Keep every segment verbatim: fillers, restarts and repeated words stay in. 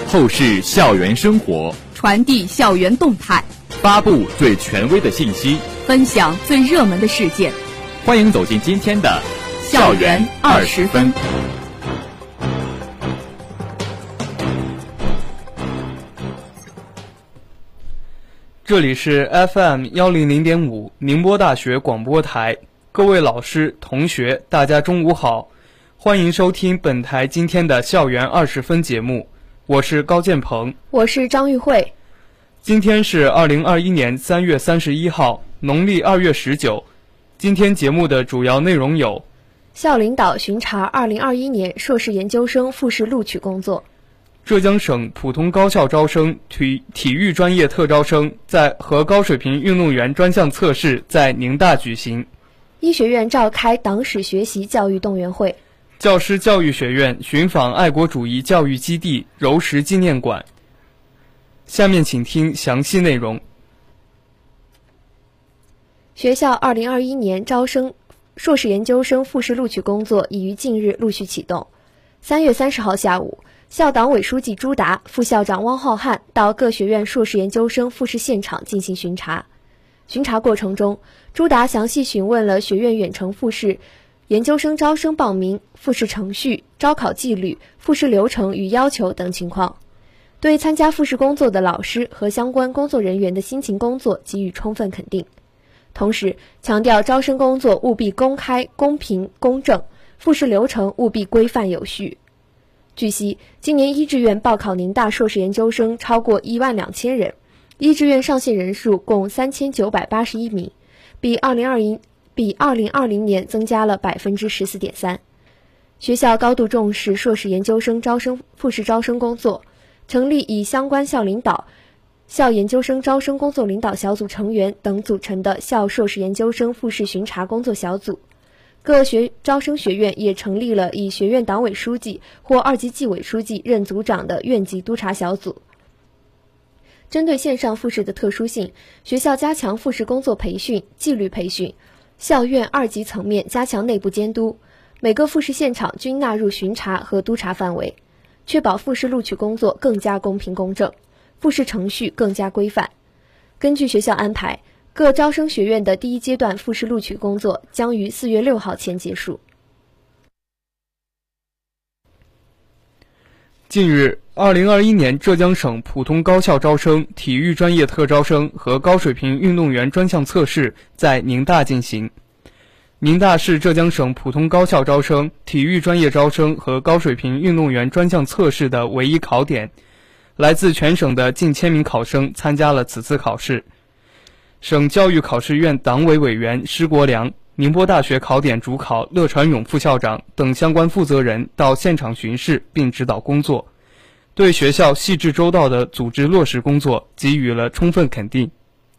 透视校园生活， 传递校园动态， 发布最权威的信息， 分享最热门的事件。 欢迎走进今天的校园二十分。 这里是 F M 一零零点五 宁波大学广播台，各位老师、同学，大家中午好，欢迎收听本台今天的校园二十分节目，我是高建鹏， 我是张玉慧。 今天是二零二一年三月三十一号，农历二月十九。今天节目的主要内容有： 校领导巡查二零二一年硕士研究生复试录取工作。 浙江省普通高校招生体体育专业特招生在和高水平运动员专项测试在宁大举行。 医学院召开党史学习教育动员会。 教师教育学院寻访爱国主义教育基地柔石纪念馆。下面请听详细内容。 学校二零二一年招生硕士研究生复试录取工作已于近日陆续启动。三月三十号下午，校党委书记朱达、副校长汪浩瀚到各学院硕士研究生复试现场进行巡查。巡查过程中，朱达详细询问了学院远程复试研究生招生报名、复试程序、招考纪律、复试流程与要求等情况，对参加复试工作的老师和相关工作人员的辛勤工作给予充分肯定。同时强调招生工作务必公开、公平、公正，复试流程务必规范有序。据悉，今年一志愿报考宁大硕士研究生超过一万两千人，一志愿上线人数共三千九百八十一名，比二零二一比二零二零年增加了百分之十四点三。学校高度重视硕士研究生招生复试招生工作，成立以相关校领导、校研究生招生工作领导小组成员等组成的校硕士研究生复试巡查工作小组。各学招生学院也成立了以学院党委书记或二级纪委书记任组长的院级督查小组。针对线上复试的特殊性，学校加强复试工作培训、纪律培训，校院二级层面加强内部监督，每个复试现场均纳入巡查和督查范围，确保复试录取工作更加公平公正，复试程序更加规范。根据学校安排，各招生学院的第一阶段复试录取工作将于四月六号前结束。 近日，二零二一年浙江省普通高校招生体育专业特招生和高水平运动员专项测试在宁大进行。宁大是浙江省普通高校招生体育专业招生和高水平运动员专项测试的唯一考点，来自全省的近千名考生参加了此次考试。省教育考试院党委委员施国良、宁波大学考点主考乐传勇副校长等相关负责人到现场巡视并指导工作，对学校细致周到的组织落实工作给予了充分肯定。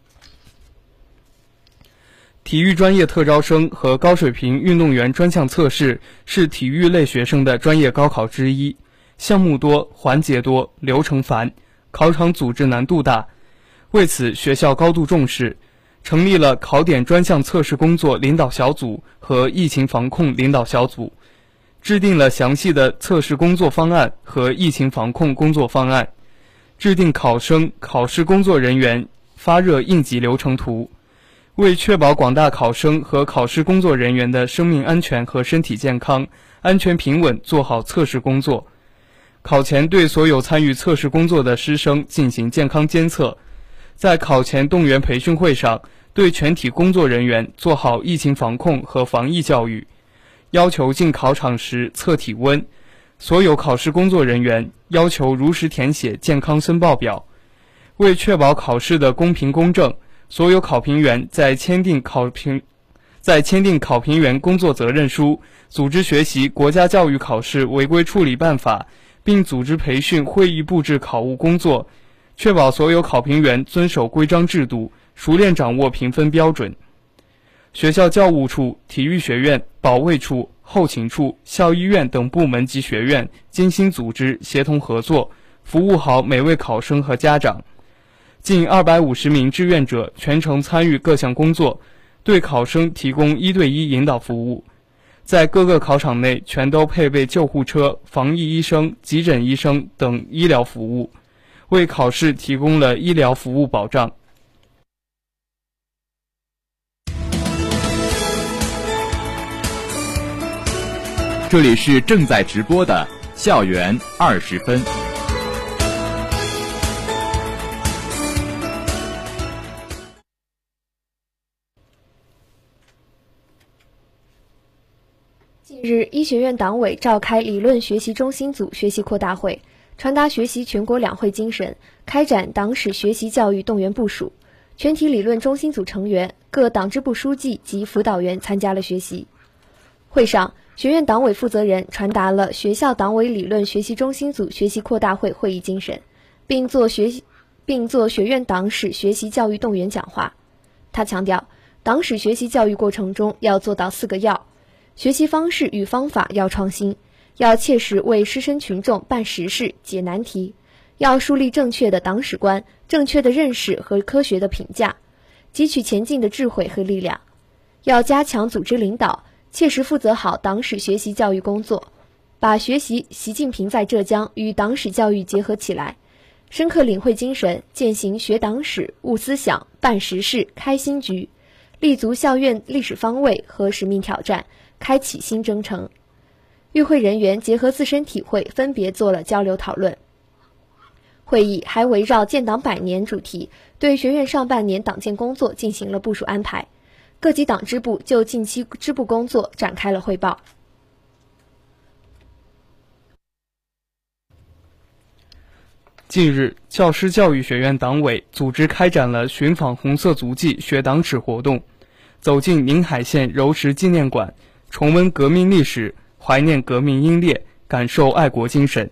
体育专业特招生和高水平运动员专项测试是体育类学生的专业高考之一，项目多、环节多、流程繁，考场组织难度大。为此，学校高度重视，成立了考点专项测试工作领导小组和疫情防控领导小组，制定了详细的测试工作方案和疫情防控工作方案，制定考生、考试工作人员发热应急流程图，为确保广大考生和考试工作人员的生命安全和身体健康、安全平稳做好测试工作。考前对所有参与测试工作的师生进行健康监测，在考前动员培训会上，对全体工作人员做好疫情防控和防疫教育，要求进考场时测体温，所有考试工作人员要求如实填写健康申报表。为确保考试的公平公正，所有考评员在签订考评在签订考评员工作责任书，组织学习国家教育考试违规处理办法，并组织培训会议布置考务工作，确保所有考评员遵守规章制度，熟练掌握评分标准。学校教务处、体育学院、保卫处、后勤处、校医院等部门及学院精心组织，协同合作，服务好每位考生和家长。近二百五十名志愿者全程参与各项工作，对考生提供一对一引导服务。 在各个考场内全都配备救护车、防疫医生、急诊医生等医疗服务，为考试提供了医疗服务保障。 这里是正在直播的校园二十分。 近日，医学院党委召开理论学习中心组学习扩大会，传达学习全国两会精神，开展党史学习教育动员部署。全体理论中心组成员、各党支部书记及辅导员参加了学习。会上，学院党委负责人传达了学校党委理论学习中心组学习扩大会会议精神，并做学习并做学院党史学习教育动员讲话。他强调，党史学习教育过程中要做到四个要：学习方式与方法要创新，要切实为师生群众办实事、解难题，要树立正确的党史观、正确的认识和科学的评价，汲取前进的智慧和力量。要加强组织领导，切实负责好党史学习教育工作，把学习习近平在浙江与党史教育结合起来，深刻领会精神，践行学党史、悟思想、办实事、开新局，立足校院历史方位和使命挑战，开启新征程。与会人员结合自身体会，分别做了交流讨论。会议还围绕建党百年主题，对学院上半年党建工作进行了部署安排。各级党支部就近期支部工作展开了汇报。 近日，教师教育学院党委组织开展了寻访红色足迹学党史活动，走进宁海县柔石纪念馆，重温革命历史，怀念革命英烈，感受爱国精神。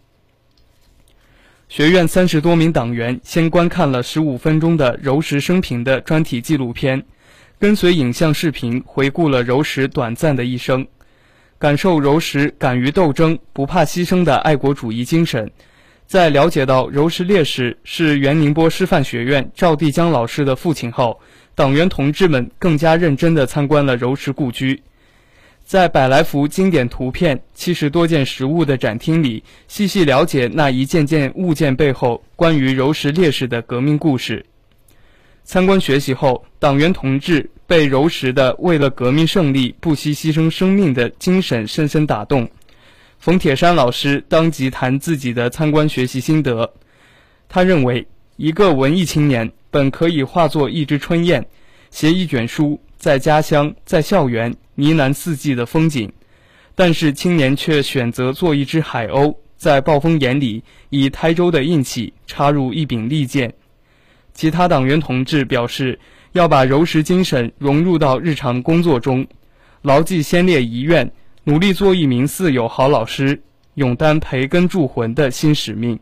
学院三十多名党员先观看了十五分钟的柔石生平的专题纪录片，跟随影像视频回顾了柔石短暂的一生，感受柔石敢于斗争、不怕牺牲的爱国主义精神。在了解到柔石烈士是原宁波师范学院赵地江老师的父亲后，党员同志们更加认真地参观了柔石故居。在百来幅经典图片、七十多件实物的展厅里，细细了解那一件件物件背后关于柔石烈士的革命故事。参观学习后，党员同志被柔石的为了革命胜利不惜牺牲生命的精神深深打动。冯铁山老师当即谈自己的参观学习心得。他认为，一个文艺青年本可以化作一只春燕，携一卷书，在家乡、在校园呢喃四季的风景，但是青年却选择做一只海鸥，在暴风眼里以台州的硬气插入一柄利剑。其他党员同志表示，要把柔石精神融入到日常工作中，牢记先烈遗愿，努力做一名四有好老师，勇担培根铸魂的新使命。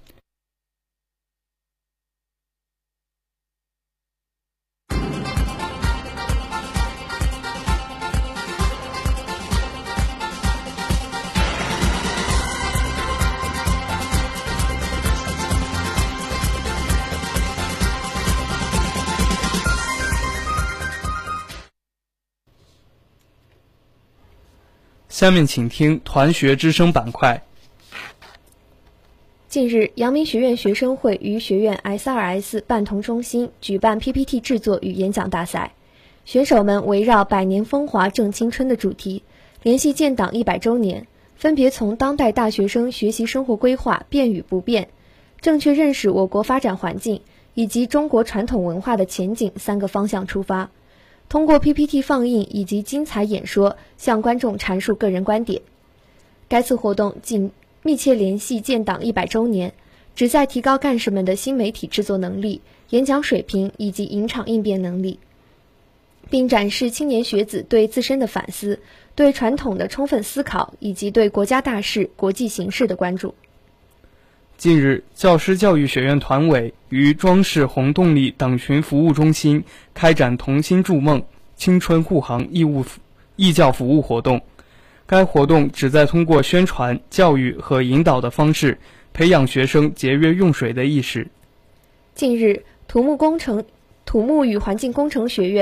下面请听团学之声板块。 近日，阳明学院学生会与学院 S 二 S 办同中心举办 P P T 制作与演讲大赛，选手们围绕百年风华正青春的主题，联系建党一百周年，分别从当代大学生学习生活规划变与不变、正确认识我国发展环境以及中国传统文化的前景三个方向出发，通过 P P T 放映以及精彩演说向观众阐述个人观点。该次活动紧密切联系建党一百周年，旨在提高干事们的新媒体制作能力、演讲水平以及临场应变能力，并展示青年学子对自身的反思、对传统的充分思考以及对国家大事、国际形势的关注。 近日，教师教育学院团委于庄市红动力党群服务中心开展同心筑梦、青春护航义务义教服务活动。该活动旨在通过宣传、教育和引导的方式，培养学生节约用水的意识。 近日，土木工程、土木与环境工程学院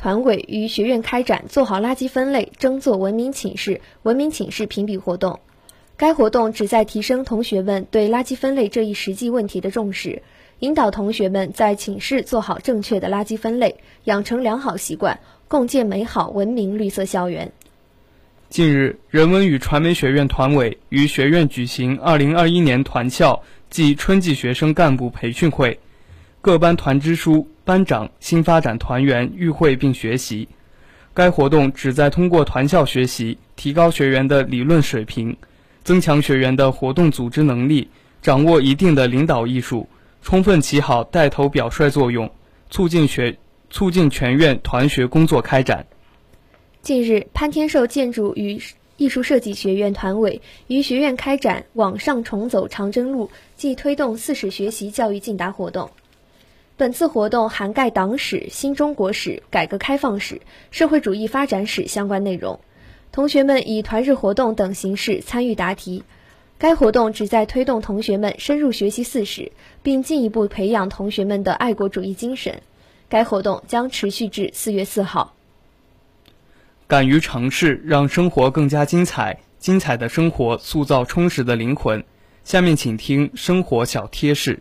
团委于学院开展做好垃圾分类争做文明寝室文明寝室评比活动。该活动旨在提升同学们对垃圾分类这一实际问题的重视，引导同学们在寝室做好正确的垃圾分类，养成良好习惯，共建美好文明绿色校园。 近日，人文与传媒学院团委于学院举行二零二一年团校暨春季学生干部培训会，各班团支书、班长、新发展团员与会并学习。该活动旨在通过团校学习，提高学员的理论水平，增强学员的活动组织能力，掌握一定的领导艺术，充分起好带头表率作用，促进学促进全院团学工作开展。 近日，潘天寿建筑与艺术设计学院团委于学院开展网上重走长征路暨推动四史学习教育竞答活动。本次活动涵盖党史、新中国史、改革开放史、社会主义发展史相关内容，同学们以团日活动等形式参与答题。该活动旨在推动同学们深入学习四史，并进一步培养同学们的爱国主义精神。该活动将持续至四月四号。 敢于尝试，让生活更加精彩，精彩的生活塑造充实的灵魂。下面请听生活小贴士。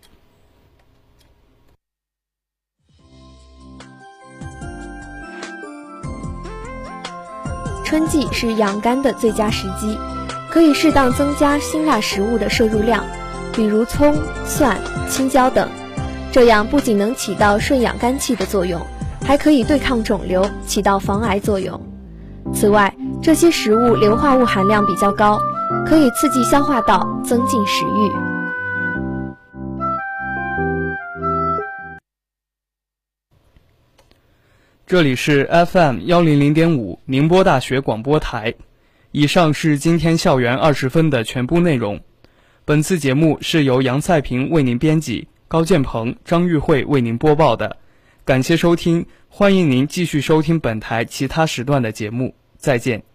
春季是养肝的最佳时机，可以适当增加辛辣食物的摄入量，比如葱、蒜、青椒等，这样不仅能起到顺养肝气的作用，还可以对抗肿瘤，起到防癌作用。此外，这些食物硫化物含量比较高，可以刺激消化道，增进食欲。 这里是 F M 一零零点五 宁波大学广播台。以上是今天校园二十分的全部内容。本次节目是由杨赛平为您编辑，高建鹏、张玉慧为您播报的。感谢收听，欢迎您继续收听本台其他时段的节目。再见。